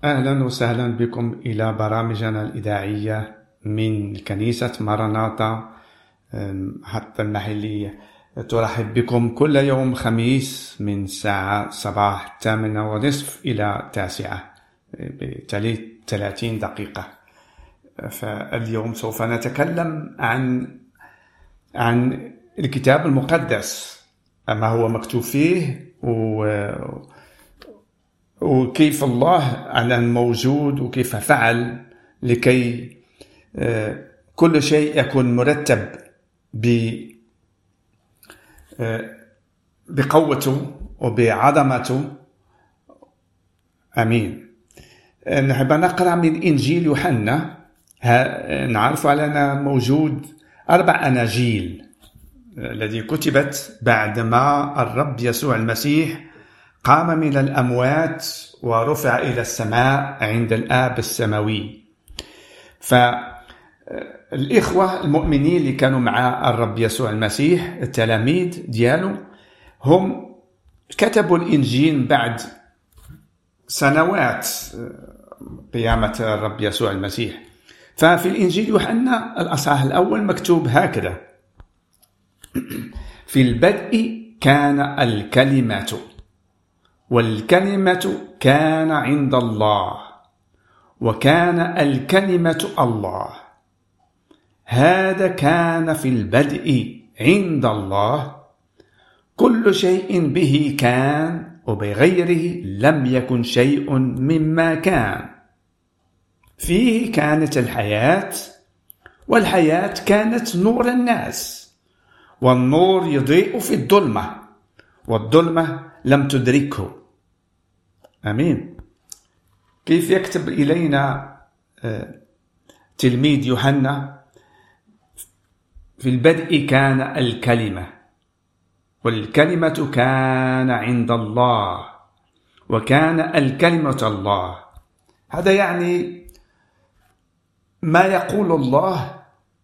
أهلا وسهلا بكم إلى برامجنا الإذاعية من كنيسة ماراناتا حتى المحلية. ترحب بكم كل يوم خميس من الساعة صباح 8:30 إلى 9 ب30 دقيقة. فاليوم سوف نتكلم عن الكتاب المقدس، ما هو مكتوب فيه وكيف الله علن موجود وكيف فعل لكي كل شيء يكون مرتب بقوته وبعظمته. أمين. نحب نقرأ من إنجيل يوحنا. نعرف أننا موجود 4 أناجيل التي كتبت بعدما الرب يسوع المسيح قام من الأموات ورفع إلى السماء عند الآب السماوي. فالإخوة المؤمنين اللي كانوا مع الرب يسوع المسيح التلاميذ ديالو هم كتبوا الإنجيل بعد سنوات قيامة الرب يسوع المسيح. ففي الإنجيل يوحنا الأصحاح الأول مكتوب هكذا: في البدء كان الكلمة، والكلمة كان عند الله، وكان الكلمة الله. هذا كان في البدء عند الله. كل شيء به كان، وبغيره لم يكن شيء مما كان. فيه كانت الحياة، والحياة كانت نور الناس، والنور يضيء في الظلمة، والظلمة لم تدركه. أمين. كيف يكتب إلينا تلميذ يوحنا: في البدء كان الكلمة، والكلمة كان عند الله، وكان الكلمة الله. هذا يعني ما يقول الله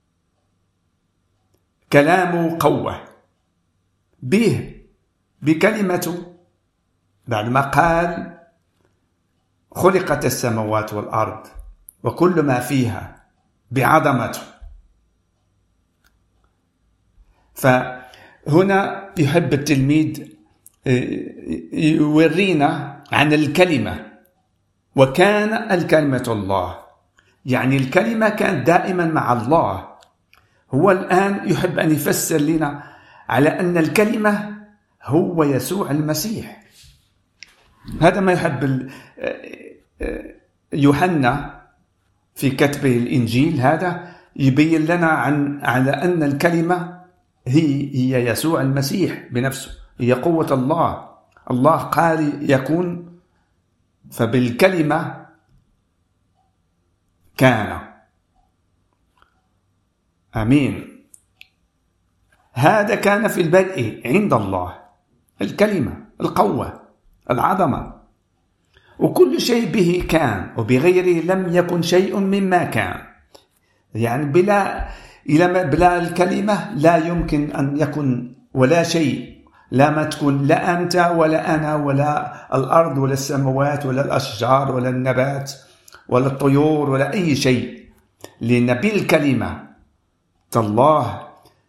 كلام قوة بكلمته. بعد ما قال خلقت السماوات والأرض وكل ما فيها بعظمته. فهنا يحب التلميذ يورينا عن الكلمة، وكان الكلمة الله، يعني الكلمة كانت دائما مع الله. هو الآن يحب أن يفسر لنا على أن الكلمة هو يسوع المسيح. هذا ما يحب يوحنا في كتبه الإنجيل. هذا يبين لنا على أن الكلمة هي يسوع المسيح بنفسه، هي قوة الله. الله قال يكون، فبالكلمة كان. أمين. هذا كان في البدء عند الله، الكلمة، القوة، العظمة. وكل شيء به كان، وبغيره لم يكن شيء مما كان. يعني بلا الكلمة لا يمكن أن يكون ولا شيء. لا ما تكون لا أنت ولا أنا ولا الأرض ولا السماوات ولا الأشجار ولا النبات ولا الطيور ولا أي شيء، لأن بالكلمة الله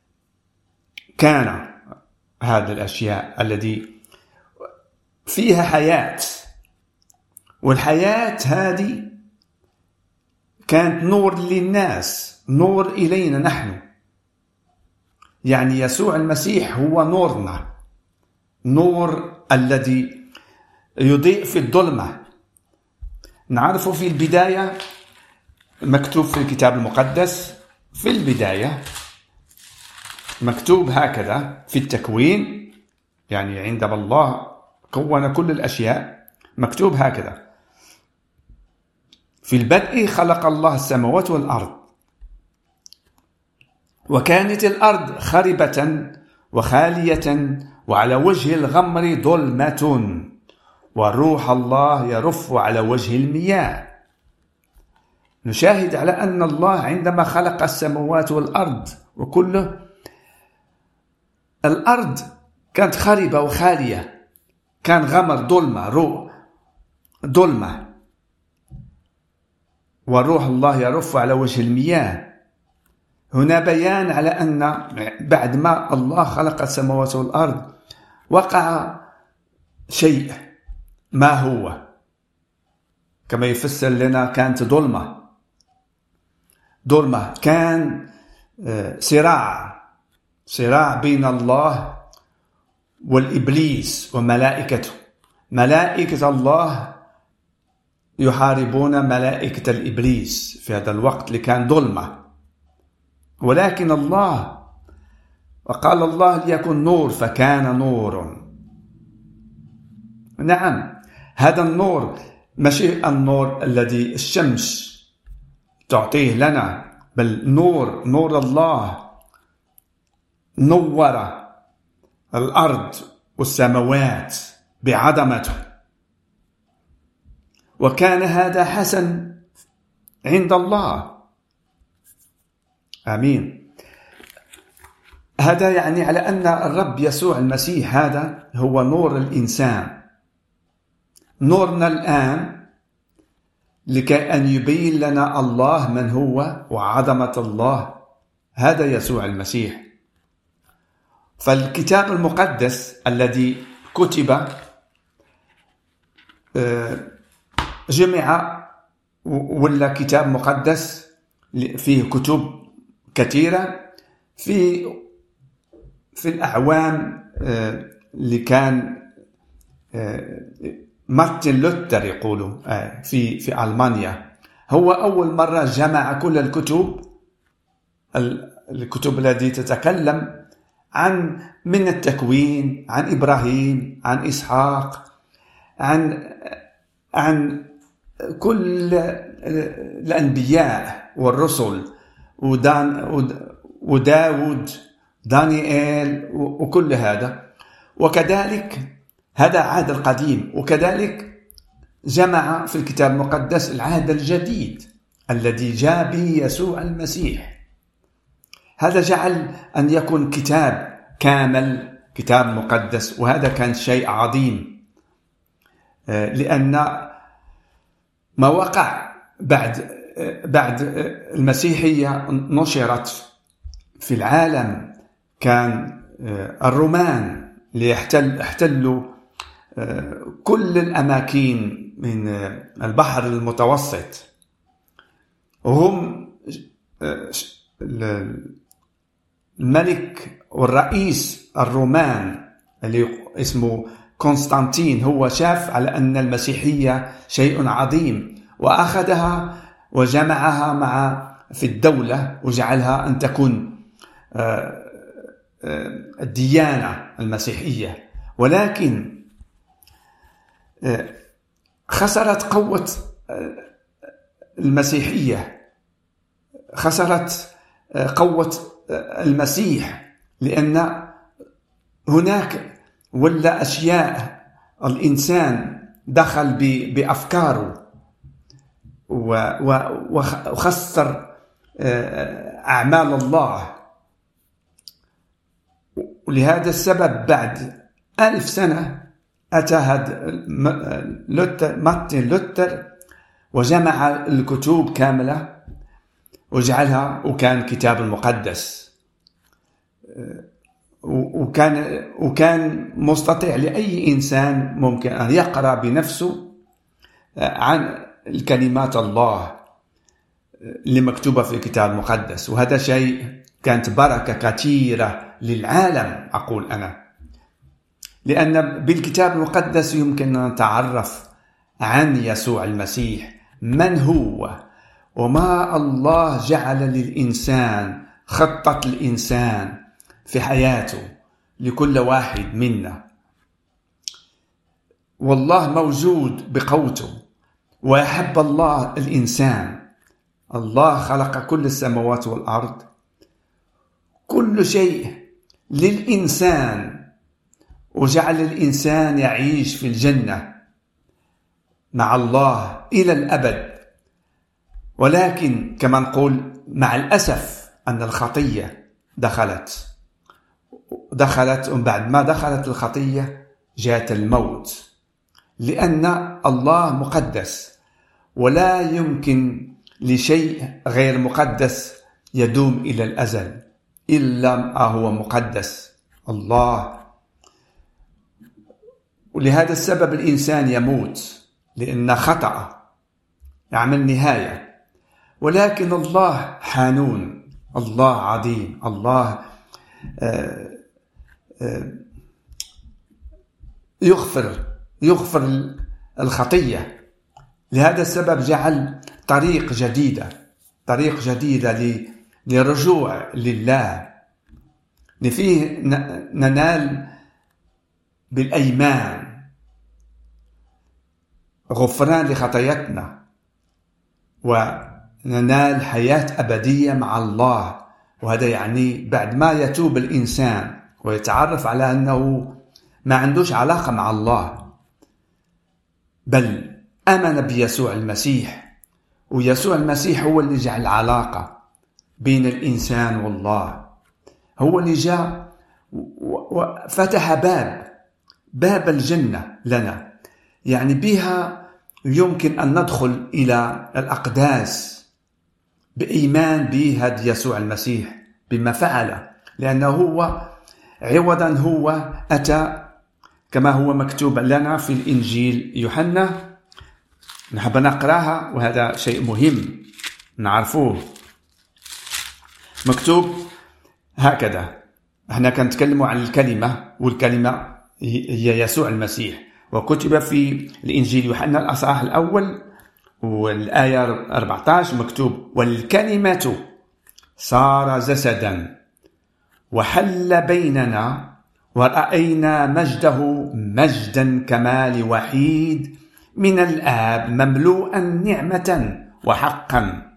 كان هذه الأشياء التي فيها حياة. والحياة هذه كانت نور للناس، نور إلينا نحن. يعني يسوع المسيح هو نورنا، نور الذي يضيء في الظلمة. نعرفه في البداية، مكتوب في الكتاب المقدس في البداية مكتوب هكذا في التكوين، يعني عندما الله كون كل الأشياء مكتوب هكذا: في البدء خلق الله السماوات والأرض، وكانت الأرض خربة وخالية، وعلى وجه الغمر ظلمة، وروح الله يرف على وجه المياه. نشاهد على أن الله عندما خلق السماوات والأرض وكله، الأرض كانت خربة وخالية، كان غمر ظلمة. وروح الله يرف على وجه المياه. هنا بيان على أن بعد ما الله خلق السماوات والأرض وقع شيء. ما هو؟ كما يفسر لنا كانت ظلمة، كان صراع بين الله والإبليس وملائكته. ملائكة الله يحاربون ملائكة الإبليس في هذا الوقت اللي كان ظلمة، ولكن الله وقال الله ليكن نور فكان نور. نعم، هذا النور ماشي النور الذي الشمس تعطيه لنا، بل نور الله نور الأرض والسماوات بعظمته، وكان هذا حسن عند الله. آمين. هذا يعني على أن الرب يسوع المسيح هذا هو نور الإنسان، نورنا الآن، لكي أن يبين لنا الله من هو وعظمة الله. هذا يسوع المسيح. فالكتاب المقدس الذي كتب جمع ولا كتاب مقدس فيه كتب كثيرة في الأعوام اللي كان مارتن لوثر يقولوا في ألمانيا. هو أول مرة جمع كل الكتب التي تتكلم من التكوين، عن إبراهيم، عن إسحاق، عن كل الأنبياء والرسل، وداود، دانيال، وكل هذا. وكذلك هذا العهد القديم، وكذلك جمع في الكتاب المقدس العهد الجديد الذي جاء به يسوع المسيح. هذا جعل أن يكون كتاب كامل، كتاب مقدس، وهذا كان شيء عظيم، لأن ما وقع بعد المسيحية نشرت في العالم كان الرومان اللي احتلوا كل الأماكن من البحر المتوسط، وهم الملك والرئيس الرومان اللي اسمه قسطنطين هو شاف على أن المسيحية شيء عظيم، وأخذها وجمعها في الدولة وجعلها أن تكون الديانة المسيحية. ولكن خسرت قوة المسيحية، خسرت قوة المسيح، لأن هناك ولا أشياء الإنسان دخل بأفكاره وخسر أعمال الله. ولهذا السبب بعد 1000 سنة أتى مارتن لوثر وجمع الكتب كاملة وجعلها، وكان كتاب المقدس، وكان مستطيع لأي إنسان ممكن أن يقرأ بنفسه عن الكلمات الله اللي مكتوبة في الكتاب المقدس. وهذا شيء كانت بركة كثيرة للعالم، أقول أنا، لأن بالكتاب المقدس يمكن أن نتعرف عن يسوع المسيح، من هو، وما الله جعل للإنسان، خطة الإنسان في حياته لكل واحد منا. والله موجود بقوته، ويحب الله الإنسان. الله خلق كل السماوات والأرض، كل شيء للإنسان، وجعل الإنسان يعيش في الجنة مع الله إلى الأبد. ولكن كما نقول مع الأسف أن الخطية دخلت وبعد ما دخلت الخطية جاءت الموت، لأن الله مقدس ولا يمكن لشيء غير مقدس يدوم إلى الأزل إلا ما هو مقدس الله. ولهذا السبب الإنسان يموت، لأن خطأ يعمل نهاية. ولكن الله حنون، الله عظيم، الله يغفر الخطية. لهذا السبب جعل طريق جديدة للرجوع لله، فيه ننال بالأيمان غفران لخطاياتنا، وننال حياة أبدية مع الله. وهذا يعني بعد ما يتوب الإنسان ويتعرف على أنه ما عندوش علاقة مع الله، بل آمن بيسوع المسيح، ويسوع المسيح هو اللي جعل علاقة بين الإنسان والله، هو اللي جاء وفتح باب الجنة لنا، يعني بها يمكن أن ندخل إلى الأقداس بإيمان بهدي يسوع المسيح بما فعل، لأنه هو أتى كما هو مكتوب لنا في الإنجيل يوحنا. نحب نقراها، وهذا شيء مهم نعرفوه. مكتوب هكذا، احنا كنتكلموا عن الكلمة، والكلمة هي يسوع المسيح، وكتب في الإنجيل يوحنا الأصحاح الأول والآية 14 مكتوب: والكلمة صار جسدا وحل بيننا ورأينا مجده مجدا كمال وحيد من الآب مملوءا نعمة وحقا.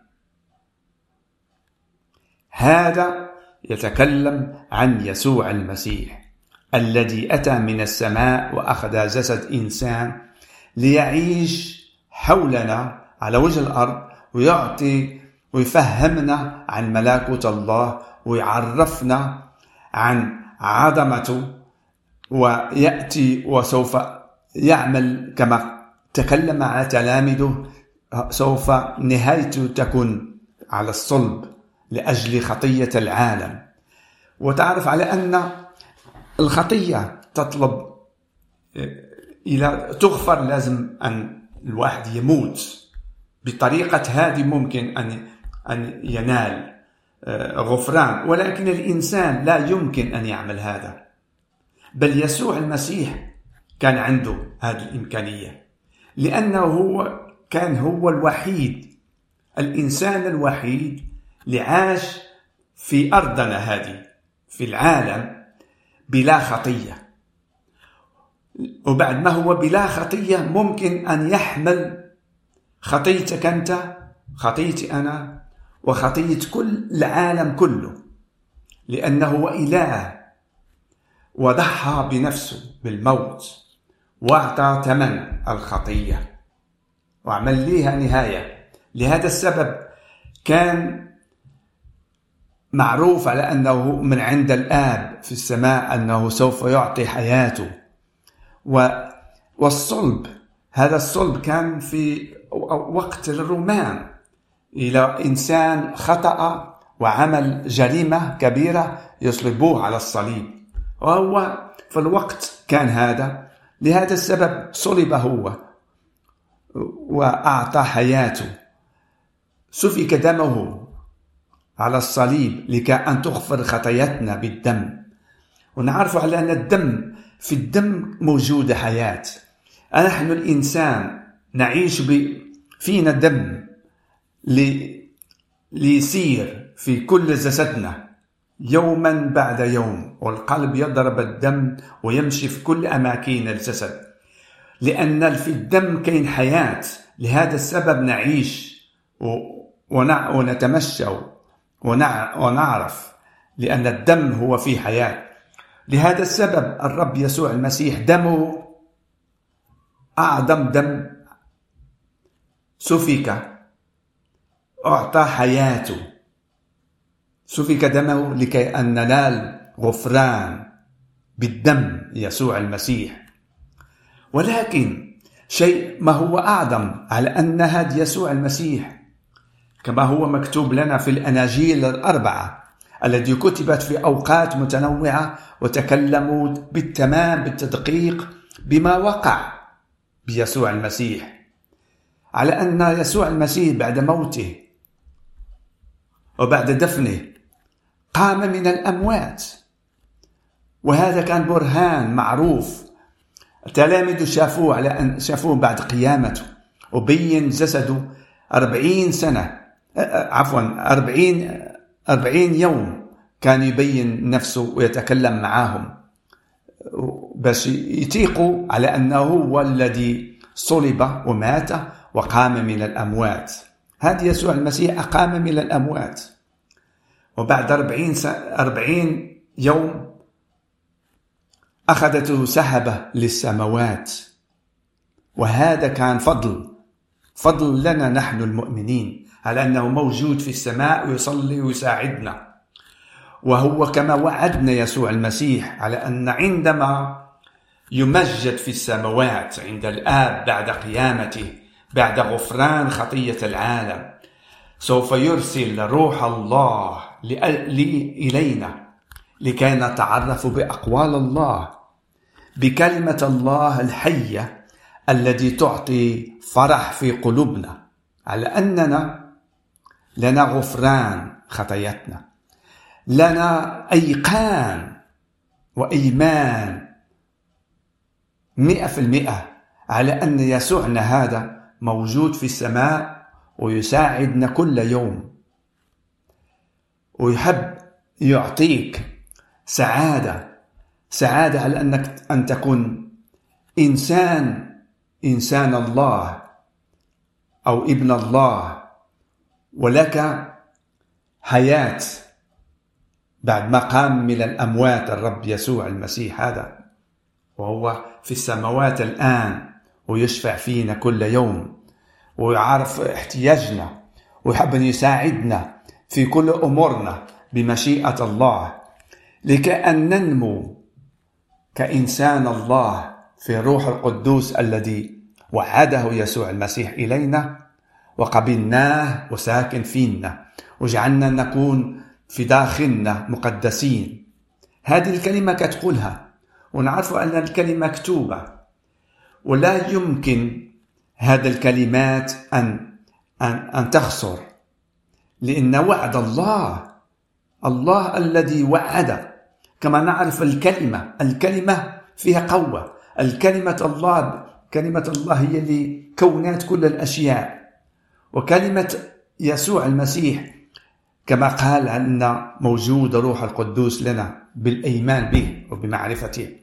هذا يتكلم عن يسوع المسيح الذي أتى من السماء وأخذ جسد إنسان ليعيش حولنا على وجه الأرض، ويعطي ويفهمنا عن ملكوت الله، ويعرفنا عن عظمته، ويأتي وسوف يعمل كما تكلم على تلاميذه، سوف نهايته تكون على الصلب لأجل خطية العالم. وتعرف على أن الخطية تطلب إلى تغفر، لازم أن الواحد يموت. بطريقة هذه ممكن أن ينال غفران، ولكن الإنسان لا يمكن أن يعمل هذا، بل يسوع المسيح كان عنده هذه الإمكانية، لأنه كان هو الوحيد، الإنسان الوحيد اللي عاش في أرضنا هذه في العالم بلا خطية. وبعد ما هو بلا خطية ممكن أن يحمل خطيتك أنت، خطيتي أنا، وخطية كل العالم كله، لأنه هو إله وضحى بنفسه بالموت واعطى ثمن الخطية وعمل لها نهاية. لهذا السبب كان معروف على أنه من عند الآب في السماء أنه سوف يعطي حياته. والصلب، هذا الصلب كان في وقت الرومان، إلى إنسان خطأ وعمل جريمة كبيرة يصلبوه على الصليب، وهو في الوقت كان هذا. لهذا السبب صلب هو وأعطى حياته، سفك دمه على الصليب لكي أن تغفر خطاياتنا بالدم. ونعرف على أن الدم، في الدم موجودة حياة. نحن الإنسان نعيش فينا دم ليسير في كل جسدنا يوما بعد يوم، والقلب يضرب الدم ويمشي في كل أماكن الجسد، لأن في الدم كاين حياة. لهذا السبب نعيش ونتمشى ونعرف، لأن الدم هو فيه حياة. لهذا السبب الرب يسوع المسيح دمه أعظم دم سفك، أعطى حياته، سفك دمه لكي أن ننال غفران بالدم يسوع المسيح. ولكن شيء ما هو أعظم على أن هذا يسوع المسيح كما هو مكتوب لنا في الأناجيل الأربعة التي كتبت في أوقات متنوعة وتكلموا بالتمام بالتدقيق بما وقع بيسوع المسيح، على أن يسوع المسيح بعد موته وبعد دفنه قام من الأموات، وهذا كان برهان معروف. التلاميذ شافوه بعد قيامته، وبين جسده 40 سنة 40 يوم كان يبين نفسه ويتكلم معهم باش يتيقوا على أنه هو الذي صلب ومات وقام من الأموات. هذا يسوع المسيح أقام من الأموات، وبعد 40 يوم أخذته سحبة للسماوات، وهذا كان فضل لنا نحن المؤمنين على أنه موجود في السماء ويصلي ويساعدنا. وهو كما وعدنا يسوع المسيح على أن عندما يمجد في السماوات عند الآب بعد قيامته بعد غفران خطية العالم سوف يرسل روح الله إلينا لكي نتعرف بأقوال الله، بكلمة الله الحية التي تعطي فرح في قلوبنا على أننا لنا غفران خطاياتنا، لنا أيقان وإيمان 100% على أن يسوعنا هذا موجود في السماء ويساعدنا كل يوم، ويحب يعطيك سعادة على أنك أن تكون إنسان الله أو ابن الله، ولك حياة بعد ما قام من الأموات الرب يسوع المسيح هذا، وهو في السماوات الآن ويشفع فينا كل يوم ويعرف احتياجنا ويحب أن يساعدنا في كل أمورنا بمشيئة الله، لكي أن ننمو كإنسان الله في روح القدوس الذي وعده يسوع المسيح إلينا وقبلناه وساكن فينا وجعلنا نكون في داخلنا مقدسين. هذه الكلمة كتقولها، ونعرف أن الكلمة مكتوبة، ولا يمكن هذه الكلمات أن تخسر، لأن وعد الله الذي وعد. كما نعرف الكلمة فيها قوة. كلمة الله هي اللي كونت كل الأشياء، وكلمة يسوع المسيح كما قال أن موجود روح القدوس لنا بالإيمان به وبمعرفته.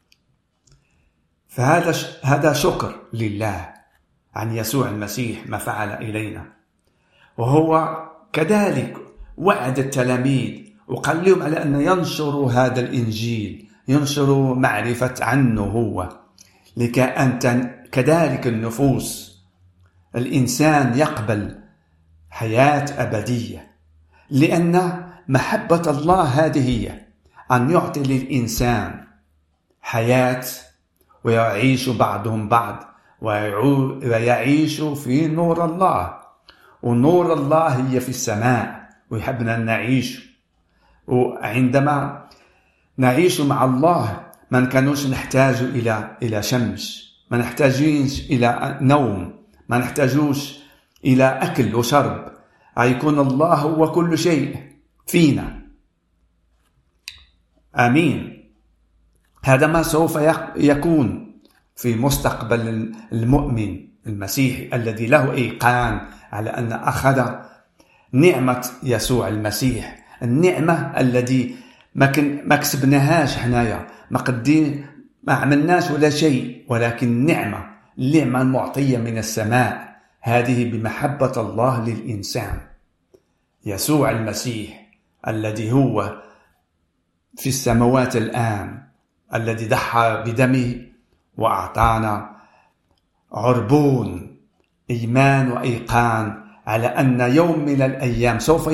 فهذا شكر لله عن يسوع المسيح ما فعل إلينا. وهو كذلك وعد التلاميذ وقال لهم على أن ينشروا هذا الإنجيل، ينشروا معرفة عنه هو، لكي أنت كذلك النفوس الإنسان يقبل حياة أبدية، لأن محبة الله هذه هي أن يعطي للإنسان حياة ويعيش بعضهم بعض ويعيش في نور الله، ونور الله هي في السماء ويحبنا أن نعيش. وعندما نعيش مع الله ما نكونش نحتاج إلى شمس، ما نحتاجينش إلى نوم، ما نحتاجوش إلى أكل وشرب، يكون الله هو كل شيء فينا. آمين. هذا ما سوف يكون في مستقبل المؤمن المسيحي الذي له إيقان على أن أخذ نعمة يسوع المسيح، النعمة الذي ما كسبناهاش حنايا، ما عملناش ولا شيء، ولكن النعمة المعطية من السماء، هذه بمحبة الله للإنسان. يسوع المسيح الذي هو في السماوات الآن، الذي ضحى بدمه وأعطانا عربون إيمان وإيقان على أن يوم من الأيام سوف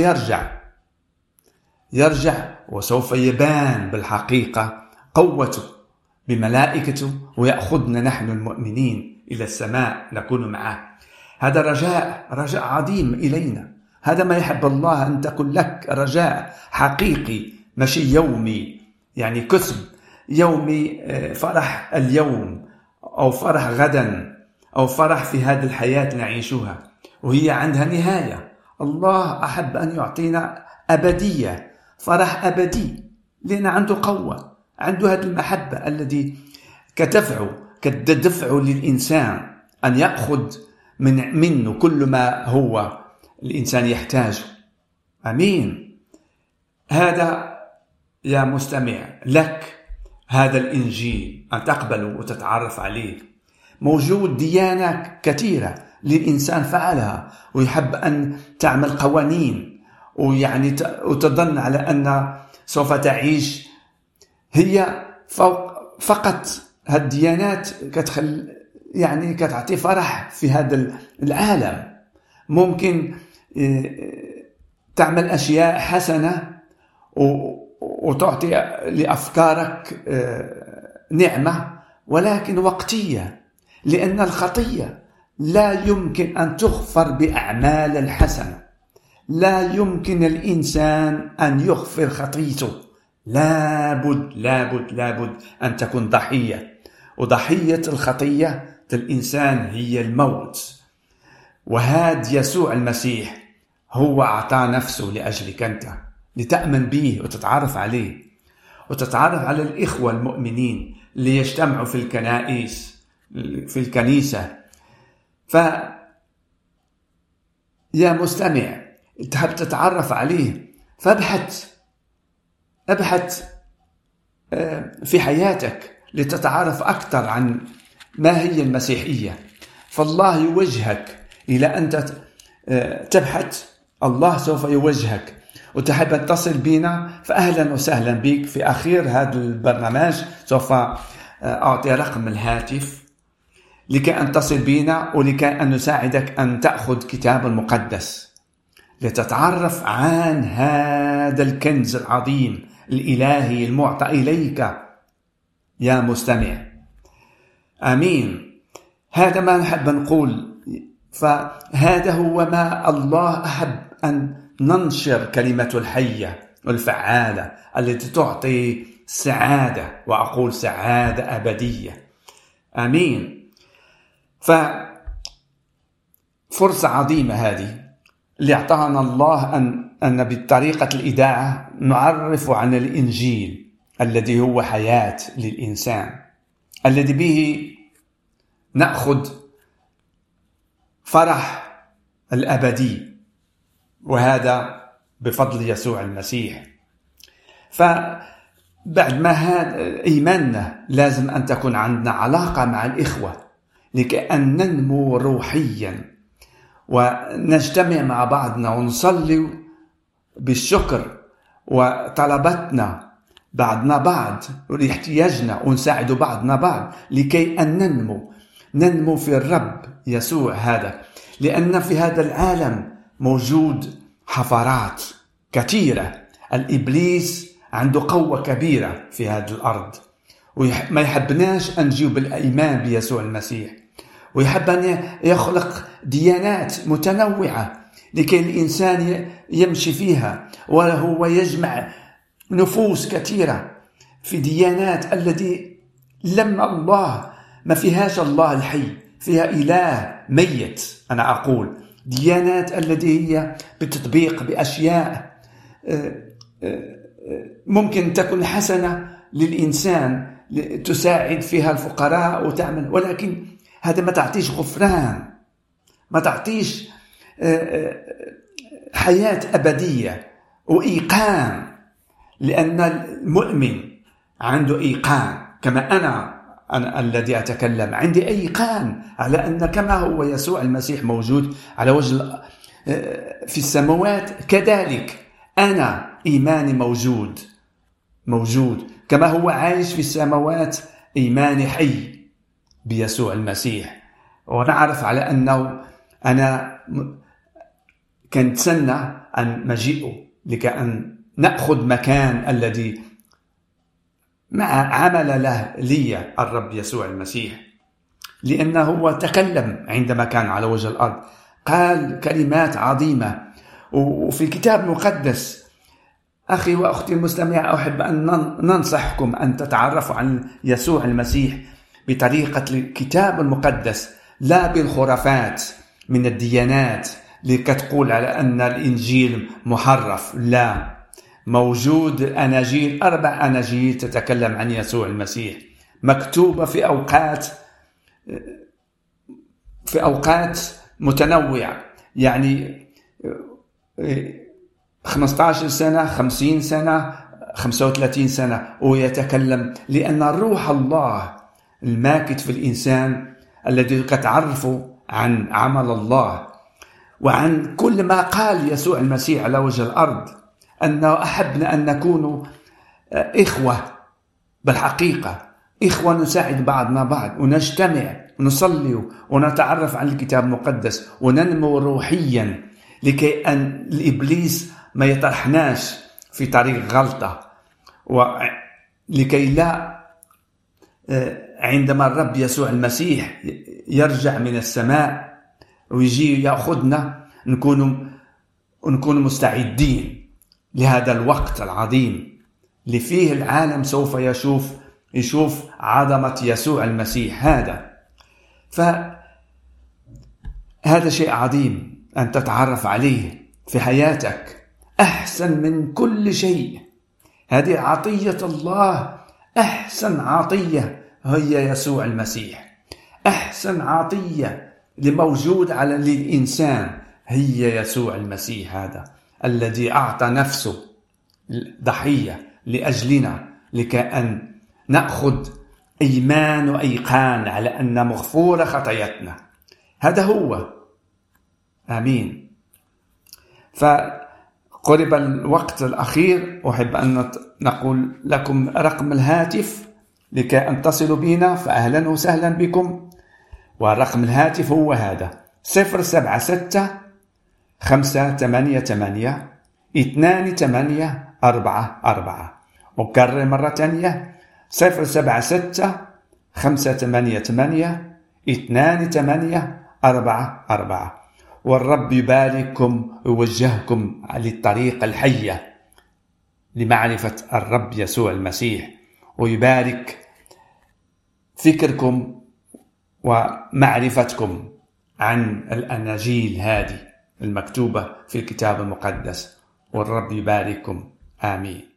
يرجع وسوف يبان بالحقيقة قوته بملائكته ويأخذنا نحن المؤمنين إلى السماء نكون معه. هذا رجاء عظيم إلينا، هذا ما يحب الله، أن تكون لك رجاء حقيقي، ماشي يومي، يعني كسب يومي، فرح اليوم أو فرح غدا أو فرح في هذه الحياة اللي نعيشها وهي عندها نهاية. الله أحب أن يعطينا أبدية، فرح أبدي، لأن عنده قوة، عنده هذه المحبة التي كتدفع للإنسان أن يأخذ منه كل ما هو الإنسان يحتاجه. أمين. هذا يا مستمع لك هذا الإنجيل أن تقبله وتتعرف عليه. موجود ديانة كثيرة للإنسان فعلها ويحب أن تعمل قوانين ويعني وتظن على أن سوف تعيش هي فقط. هالديانات يعني كتعطي فرح في هذا العالم. ممكن تعمل أشياء حسنة وتعطي لأفكارك نعمة، ولكن وقتية، لأن الخطية لا يمكن أن تغفر بأعمال الحسنة. لا يمكن الإنسان أن يغفر خطيته، لابد أن تكون ضحية، وضحية الخطية الإنسان هي الموت. وهذا يسوع المسيح هو أعطى نفسه لأجلك أنت، لتأمن به وتتعرف عليه وتتعرف على الإخوة المؤمنين اللي يجتمعوا في الكنائس في الكنيسة. يا مستمع تحب تتعرف عليه، فابحث في حياتك لتتعرف أكثر عن ما هي المسيحية. فالله يوجهك إلى أن تبحث، الله سوف يوجهك. وتحب أن تصل بنا فأهلا وسهلا بك. في أخير هذا البرنامج سوف أعطي رقم الهاتف لكي أن تصل بنا ولكي أن نساعدك أن تأخذ كتاب المقدس لتتعرف عن هذا الكنز العظيم الإلهي المعطى إليك يا مستمع. آمين. هذا ما نحب نقول. فهذا هو ما الله أحب أن ننشر كلمة الحية والفعالة التي تعطي سعادة، وأقول سعادة أبدية. آمين. ففرصة عظيمة هذه اللي أعطانا الله أن بطريقة الإذاعة نعرف عن الإنجيل الذي هو حياة للإنسان، الذي به نأخذ فرح الأبدي، وهذا بفضل يسوع المسيح. فبعد ما هذا إيماننا لازم أن تكون عندنا علاقة مع الإخوة لكي أن ننمو روحيا ونجتمع مع بعضنا ونصلي بالشكر وطلباتنا بعضنا بعض واحتياجنا ونساعد بعضنا بعض لكي أن ننمو في الرب يسوع هذا. لأن في هذا العالم موجود حفرات كثيرة. الإبليس عنده قوة كبيرة في هذه الأرض، وما يحبناش أن نجيب الإيمان بيسوع المسيح، ويحب أن يخلق ديانات متنوعة لكي الإنسان يمشي فيها، وهو يجمع نفوس كثيرة في ديانات التي لما الله ما فيهاش الله الحي، فيها إله ميت. أنا أقول ديانات التي هي بتطبيق بأشياء ممكن تكون حسنة للإنسان، تساعد فيها الفقراء وتعمل، ولكن هذا ما تعطيش غفران، ما تعطيش حياة أبدية وإيقان. لأن المؤمن عنده إيقان، كما أنا الذي أتكلم عندي إيقان على أن كما هو يسوع المسيح موجود على وجه في السماوات، كذلك أنا إيماني موجود كما هو عايش في السماوات. إيماني حي بيسوع المسيح، ونعرف على أنه أنا كنتسنى أن مجيئه لكي أن نأخذ مكان الذي عمل له لي الرب يسوع المسيح. لأنه هو تكلم عندما كان على وجه الأرض، قال كلمات عظيمة وفي الكتاب المقدس أخي وأختي المستمع، أحب أن ننصحكم أن تتعرفوا عن يسوع المسيح بطريقة الكتاب المقدس، لا بالخرافات من الديانات لكتقول على أن الإنجيل محرف. لا، موجود أناجيل، 4 أناجيل تتكلم عن يسوع المسيح، مكتوبة في أوقات متنوعة، يعني 15 سنة، 50 سنة، 35 سنة، ويتكلم لأن روح الله الماكث في الإنسان الذي تعرفوا عن عمل الله وعن كل ما قال يسوع المسيح على وجه الأرض، أنه أحبنا أن نكون إخوة بالحقيقة، إخوة نساعد بعضنا بعض ونجتمع ونصلي ونتعرف عن الكتاب المقدس وننمو روحيا، لكي أن الإبليس ما يطرحناش في طريق غلطة، ولكي لا عندما الرب يسوع المسيح يرجع من السماء ويجي يأخذنا نكون مستعدين لهذا الوقت العظيم اللي فيه العالم سوف يشوف عظمة يسوع المسيح. فهذا شيء عظيم أن تتعرف عليه في حياتك، أحسن من كل شيء. هذه عطية الله، أحسن عطية هي يسوع المسيح، أحسن عطية لموجود على الإنسان هي يسوع المسيح، هذا الذي أعطى نفسه ضحية لأجلنا، لكي أن نأخذ إيمان وإيقان على أن مغفورة خطاياتنا. هذا هو. آمين. فقرب الوقت الأخير، أحب أن نقول لكم رقم الهاتف لكي أن تصلوا بنا، فأهلا وسهلا بكم. ورقم الهاتف هو هذا: 076-588-2844. أكرر مرة تانية: 076-588-2844. والرب يبارككم ويوجهكم على الطريق الحية لمعرفة الرب يسوع المسيح، ويبارك فكركم ومعرفتكم عن الأناجيل هذه المكتوبة في الكتاب المقدس. والرب يبارككم. آمين.